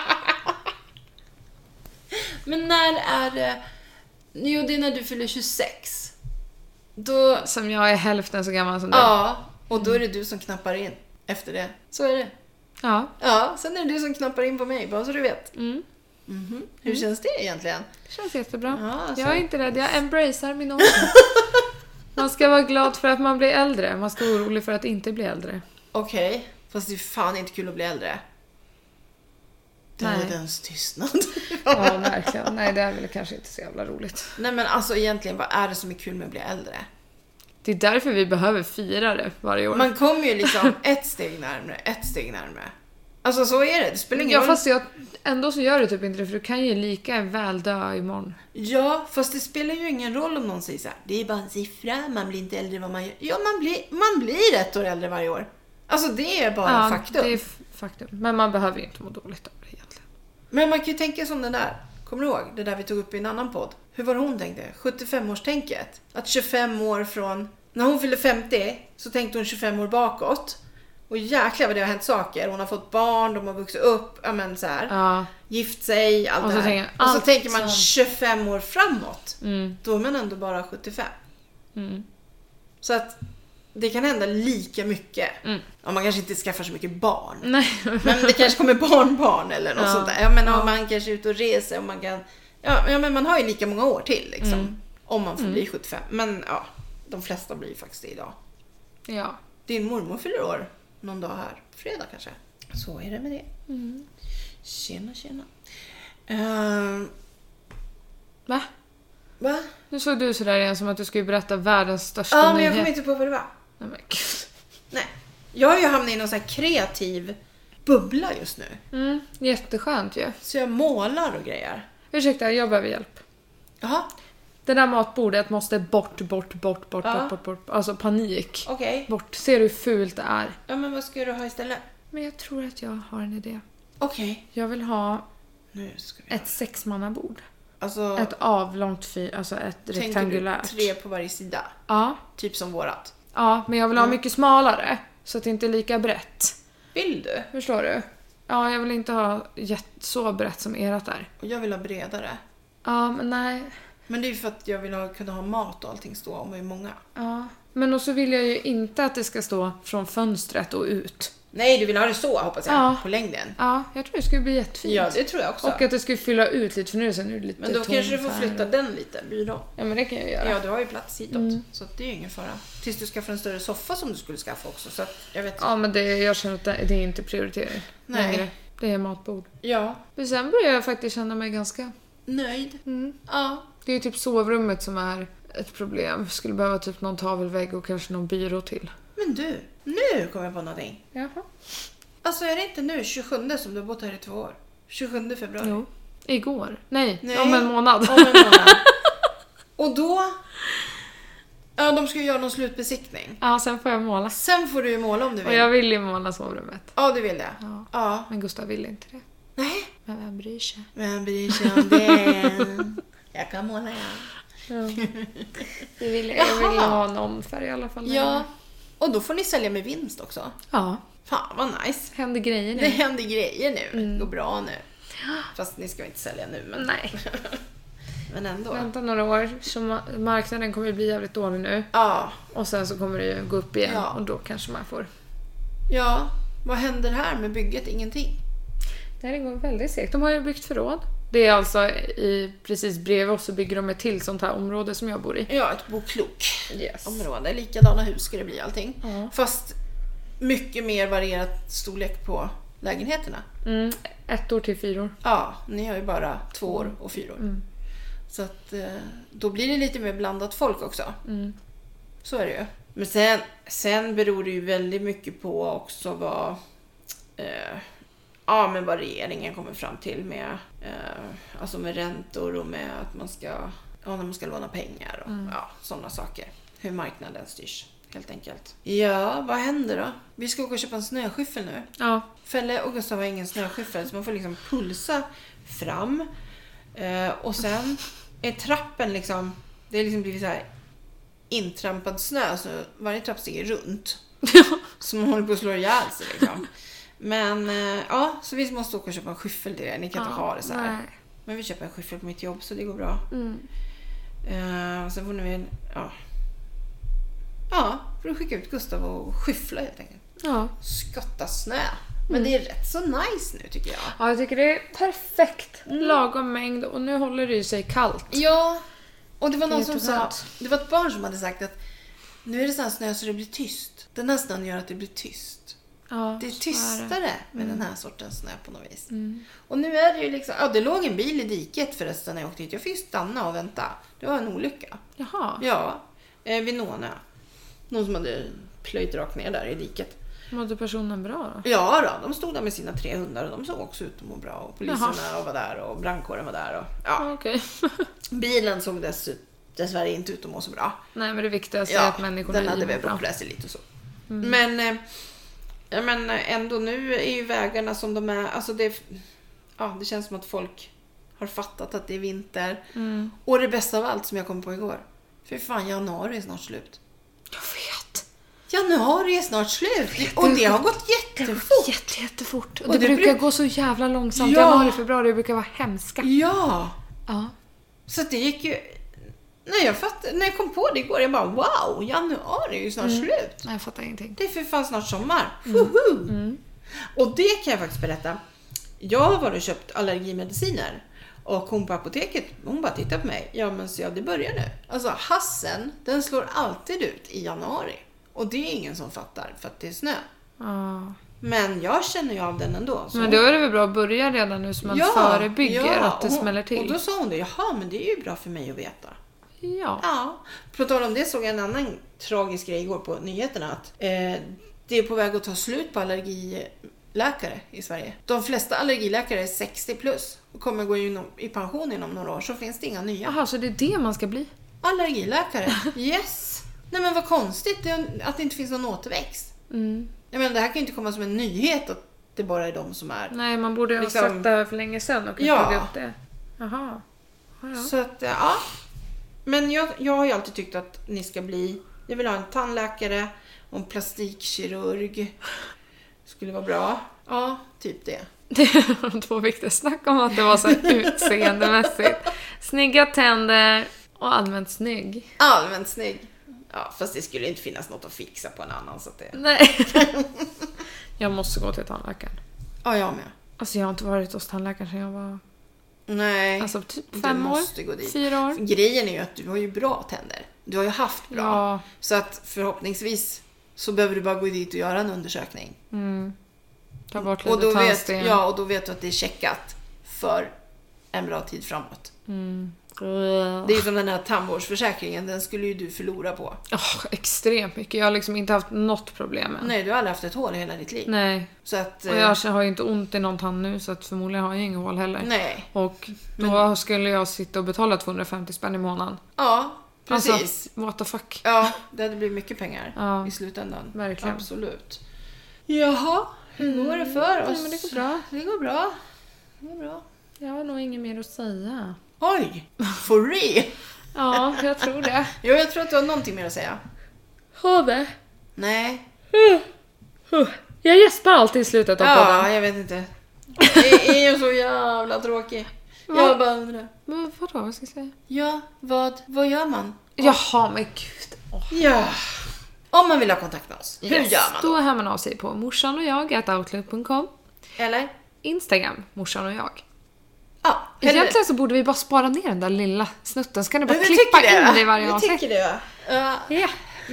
Men när är det? Jo, det är när du fyller 26. Då... Som jag är hälften så gammal som du. Ja, och då är det du som knappar in efter det. Så är det. Ja. Ja, sen är det du som knappar in på mig, bara så du vet. Hur känns det egentligen? Det känns jättebra. Ja, alltså. Jag är inte rädd, jag embracear min ålder. Man ska vara glad för att man blir äldre. Man ska vara orolig för att inte bli äldre. Okej, fast det är fan inte kul att bli äldre. Dödens tystnad. Ja, verkligen. Nej, det är väl kanske inte så jävla roligt. Nej, men alltså egentligen, vad är det som är kul med att bli äldre? Det är därför vi behöver fira det varje år. Man kommer ju liksom ett steg närmare. Alltså så är det, det spelar ingen roll. Fast ändå så gör det typ inte det, för du kan ju lika väl dö imorgon. Ja, fast det spelar ju ingen roll om någon säger så här: det är bara en siffra, man blir inte äldre vad man gör. Ja, man blir 1 år äldre varje år. Alltså det är bara faktum. Det är faktum. Men man behöver ju inte må dåligt av det egentligen. Men man kan ju tänka som den där. Kommer du ihåg? Det där vi tog upp i en annan podd. Hur var det hon tänkte? 75-årstänket. Att 25 år från... När hon fyllde 50 så tänkte hon 25 år bakåt. Och jäklar vad det har hänt saker. Hon har fått barn, de har vuxit upp, så här, gift sig, allt och det här. Och så tänker man 25 år framåt. Då är man ändå bara 75. Så att det kan hända lika mycket. Ja, man kanske inte skaffar så mycket barn. Nej. Men det kanske kommer barnbarn eller något sånt där. Man kanske är ute och reser och man kan... Ja, men man har ju lika många år till liksom. Om man får bli 75. Men ja, de flesta blir faktiskt det idag. Ja. Din mormor fyller år någon dag här. Fredag kanske. Så är det med det. Tjena. Va? Nu såg du sådär igen som att du skulle berätta världens största Ja, men nyhet. jag kommer inte på vad det var. Nej, men gud. Nej. Jag har ju hamnat i någon sån här kreativ bubbla just nu. Jätteskönt ju. Så jag målar och grejer. Ursäkta, jag behöver hjälp. Jaha, Det där matbordet måste bort. Alltså panik. okej. Bort. Ser du hur fult det är? Ja, men vad ska du ha istället? Men jag tror att jag har en idé. Okej. Jag vill ha Nu ska vi... ett 6-mannabord. Alltså, Ett avlångt alltså ett tänker rektangulärt. du 3 på varje sida? Ja. Typ som vårat. Ja, men jag vill ha mycket smalare. Så att det inte är lika brett. Vill du? Förstår du? Ja, jag vill inte ha så brett som erat är. Och jag vill ha bredare. Ja, men nej. Men det är ju för att jag vill kunna ha mat och allting stå om vi är många. Ja. Men också vill jag ju inte att det ska stå från fönstret och ut. Nej, du vill ha det så, hoppas jag. Ja. På längden. Ja, jag tror det skulle bli jättefint. Ja, det tror jag också. Och att det skulle fylla ut lite, för nu är det lite Men då kanske du får flytta den lite, byrån. Ja, men det kan jag göra. Ja, du har ju plats hitåt. Så att det är ju ingen fara. Tills du skaffar en större soffa som du skulle skaffa också. Så att jag vet. Ja, men jag känner att det är inte prioritering. Nej. Längre. Det är matbord. Ja. Men sen börjar jag faktiskt känna mig ganska... Nöjd. Mm. Ja. Det är ju typ sovrummet som är ett problem. Skulle behöva typ någon tavelvägg och kanske någon byrå till. Men du, nu kommer jag på någonting. Jaha. Alltså är det inte nu 27 som du har bott här i 2 år? 27 februari. Jo. Igår. Nej, Nej. om en månad. Om en månad. Och då... Ja, de ska ju göra någon slutbesiktning. Ja, sen får jag måla. Sen får du ju måla om du Och vill. jag vill ju måla sovrummet. Ja, du vill det. Ja. Ja. Men Gustav vill inte det. Nej. Men vem bryr sig? Vem bryr sig om det? Jag kan måla, ja. Ja. Jag vill ha någon färg i alla fall. Ja. Och då får ni sälja med vinst också. Ja. Fan vad nice. Händer grejer nu. Det händer grejer nu. Det går bra nu. Fast ni ska inte sälja nu. Men, Nej. men ändå. Vänta några år. Så marknaden kommer bli jävligt dålig nu. Ja. Och sen så kommer det ju gå upp igen. Ja. Och då kanske man får... Ja. Vad händer här med bygget? Ingenting. Nej, det går väldigt segt. De har ju byggt förråd. Det är alltså precis bredvid oss så bygger de ett till sånt här område som jag bor i. Ja, ett boklok. Yes. Område. Likadana hus ska det bli allting. Ja. Fast mycket mer varierat storlek på lägenheterna. 1 år till 4 år. Ja, ni har ju bara 2 år och 4 år. Så att då blir det lite mer blandat folk också. Så är det ju. Men sen beror det ju väldigt mycket på också vad vad regeringen kommer fram till med alltså med räntor och med att man ska när man ska låna pengar och sådana saker. Hur marknaden styrs helt enkelt. Ja, vad händer då? Vi ska åka och köpa en snöskyffel nu. Ja. Fälle och Gustav har ingen snöskyffel så man får liksom pulsa fram. Och sen är trappen liksom, det är liksom blivit så här intrampad snö så varje trappsteg är runt. Så man håller på att slå ihjäl sig liksom. Men så vi måste åka och köpa en skyffel till det. Ni kan inte ha det så här. Nej. Men vi köper en skyffel på mitt jobb så det går bra. Sen får ni får du skicka ut Gustav och skyffla helt enkelt. Ja. Skotta snö. Men det är rätt så nice nu tycker jag. Ja, jag tycker det är perfekt. Lagom mängd och nu håller det ju sig kallt. Ja, och det var någon Det är som sa, jätteskönt. det var ett barn som hade sagt att nu är det sån här snö så det blir tyst. Den här snön gör att det blir tyst. Ja, Det är så tystare med den här sortens snö på något vis. Och nu är det ju liksom, det låg en bil i diket förresten när jag åkte hit. Jag fick stanna och vänta. Det var en olycka. Jaha. Ja, vid Nånö. Någon som hade plöjt rakt ner där i diket. Mådde personen bra då? Ja då, de stod där med sina 3 hundar och de såg också ut att må bra. Och poliserna var där och brandkåren var där. Och, Ja, okej. Bilen såg dessvärre inte ut att må så bra. Nej, men det viktigaste är att människorna den hade mår väl bra. bort sig lite och så. Men ändå nu är ju vägarna som de är. Alltså det känns som att folk har fattat att det är vinter. Och det bästa av allt som jag kom på igår. För fan, januari är snart slut. Jag vet. Januari är snart slut. Och det har gått jättefort. Jättefort. Och Och det det brukar gå så jävla långsamt. Ja. Januari, februari, det brukar vara hemska. Ja. Ja. Så det gick ju... När jag kom på det igår, jag bara wow, januari är ju snart slut. Nej, jag fattar ingenting. Det är för fan snart sommar. Och det kan jag faktiskt berätta. Jag har varit och köpt allergimediciner. Och hon på apoteket, hon bara tittar på mig. Ja men så det börjar nu. Alltså hassen, den slår alltid ut i januari. Och det är ingen som fattar för att det är snö. Ja. Men jag känner ju av den ändå. Så Men då är det väl bra att börja redan nu så man förebygger att det smäller till. Och då sa hon det, jaha men det är ju bra för mig att veta. Ja. Ja, på tal om det såg jag en annan tragisk grej igår på nyheterna att det är på väg att ta slut på allergiläkare i Sverige. De flesta allergiläkare är 60 plus och kommer gå i pension inom några år, så finns det inga nya. Jaha, så det är det man ska bli? Allergiläkare, yes! Nej men vad konstigt att det inte finns någon återväxt. Jag menar, det här kan ju inte komma som en nyhet att det bara är de som är... Nej, man borde ju ha sett det här för länge sedan och Ja. följa upp det. Jaha. Ja. Så att, ja. Men jag har ju alltid tyckt att ni ska bli... Jag vill ha en tandläkare och en plastikkirurg. Skulle vara bra. Ja, typ det. Det är de 2 viktiga. Snack om att det var så här utseendemässigt. Snygga tänder och allmänt snygg. Allmänt snygg. Ja, fast det skulle inte finnas något att fixa på en annan. Så att det... Nej. Jag måste gå till tandläkaren. Ja, jag med. Alltså jag har inte varit hos tandläkaren sedan jag var... Nej. Alltså typ du 5 år. måste gå dit. 4 år. Grejen är ju att du har ju bra tänder. Du har ju haft bra. Ja. Så att förhoppningsvis så behöver du bara gå dit och göra en undersökning. Ta bort Och lite då vet, tandsten. ja, och då vet du att det är checkat för en bra tid framåt. Det är ju som den här tandvårdsförsäkringen, den skulle ju du förlora på. Extremt mycket. Jag har liksom inte haft något problem än. Nej, du har aldrig haft ett hål i hela ditt liv. Nej. Så att, Och jag har ju inte ont i någon tand nu, så att förmodligen har jag ingen hål heller. nej. Och då skulle jag sitta och betala 250 spänn i månaden. Ja, precis. Alltså, what the fuck. Ja, det hade blivit mycket pengar Ja. i slutändan. Verkligen. Absolut. Jaha, hur går det för oss? Nej, men det går bra. Det går bra. Det går bra. Jag har nog inget mer att säga. Oj, for real? Ja, jag tror det. Jo, jag tror att du har någonting mer att säga. Har det? Nej. Jag gäspar alltid i slutet av Ja, podden. jag vet inte. Det är ju så jävla tråkig. Jag bara undrar. Men vadå, vad ska jag säga? Ja, vad gör man? Jaha, men gud. Ja. Om man vill ha kontakt med oss, hur gör man Då hör man av sig på morsan.och@outlook.com. Eller? Instagram, morsan och jag. Ja, eller? Egentligen så borde vi bara spara ner den där lilla snutten. Ska ni bara Men vi klippa tycker in det i varje Vi avsnitt? tycker det, va? Ja.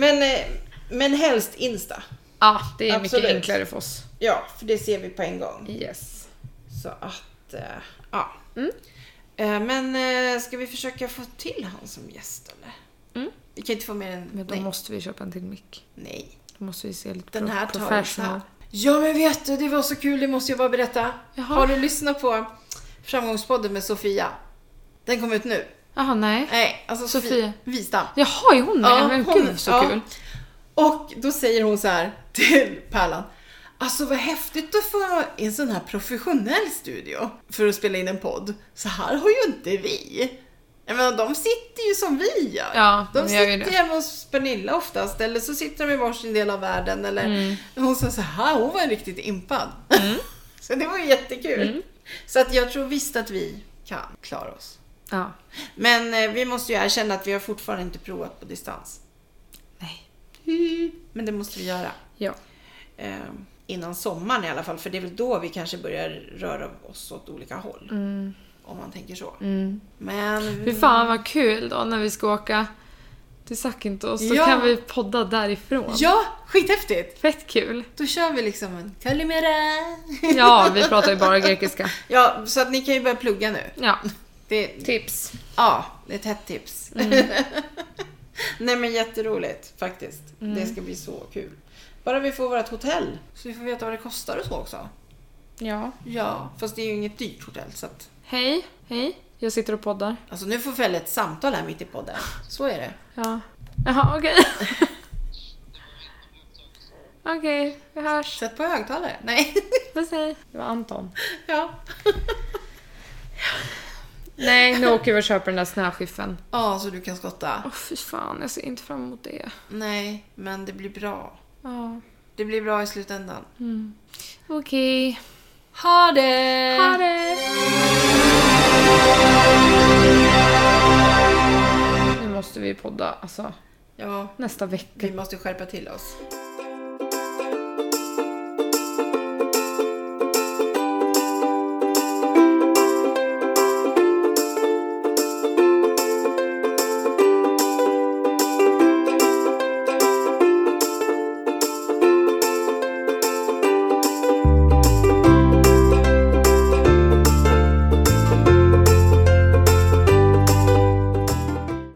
Men helst Insta. Ja, det är Absolut. mycket enklare för oss. Ja, för det ser vi på en gång. Yes. Så att, ja. Men ska vi försöka få till han som gäst, eller? Vi kan inte få mer än... Men då nej. måste vi köpa en till mick. Nej. Då måste vi se lite Den här tar vi så professional. här. Ja, men vet du, det var så kul, det måste jag bara berätta. Jaha. Har du lyssnat på Framgångspodden med Sofia? Den kom ut nu. Jaha, nej. Nej, alltså Sofia Wistam. Jaha, är hon med? Ja, Men hon- gud, så ja. kul. Och då säger hon så här till Pärlan: alltså vad häftigt att få en sån här professionell studio för att spela in en podd. Så här har ju inte vi. Jag menar, de sitter ju som vi gör. Ja, de de gör ju sitter det. hemma hos Pernilla oftast, eller så sitter de i varsin del av världen. Eller hon sa så här, hon var riktigt impad. Så det var ju jättekul. Så att jag tror visst att vi kan klara oss. Ja. Men vi måste ju erkänna att vi har fortfarande inte provat på distans. Nej. Men det måste vi göra. Ja. Innan sommaren i alla fall. För det är väl då vi kanske börjar röra oss åt olika håll. Om man tänker så. Men... Fy fan vad kul då när vi ska åka till Zakynthos. Så Ja. kan vi podda därifrån. Ja, skithäftigt. Fett kul. Då kör vi liksom en kalimera. Ja, vi pratar ju bara grekiska. Ja, så att ni kan ju börja plugga nu. Ja, Det, tips. ja, det är ett hett tips. Nej, men jätteroligt faktiskt. Det ska bli så kul. Bara vi får vårt hotell. Så vi får veta vad det kostar och så också. Ja. Ja, fast det är ju inget dyrt hotell. Så att, Hej, hej. Jag sitter och poddar. alltså nu får Fälle ett samtal här mitt i podden. Så är det. Ja. Jaha, okej. Okej, vi hörs. Sätt på högtalare. Nej. Puss hej. Det var Anton. Ja. Nej, nu åker vi och köper den där snöskiffen. Ja, så du kan skotta. Åh, fy fan. Jag ser inte fram emot det. Nej, men det blir bra. Ja. Det blir bra i slutändan. Okej. Ha det! Ha det! Nu måste vi podda, alltså, Ja, nästa vecka. vi måste skärpa till oss.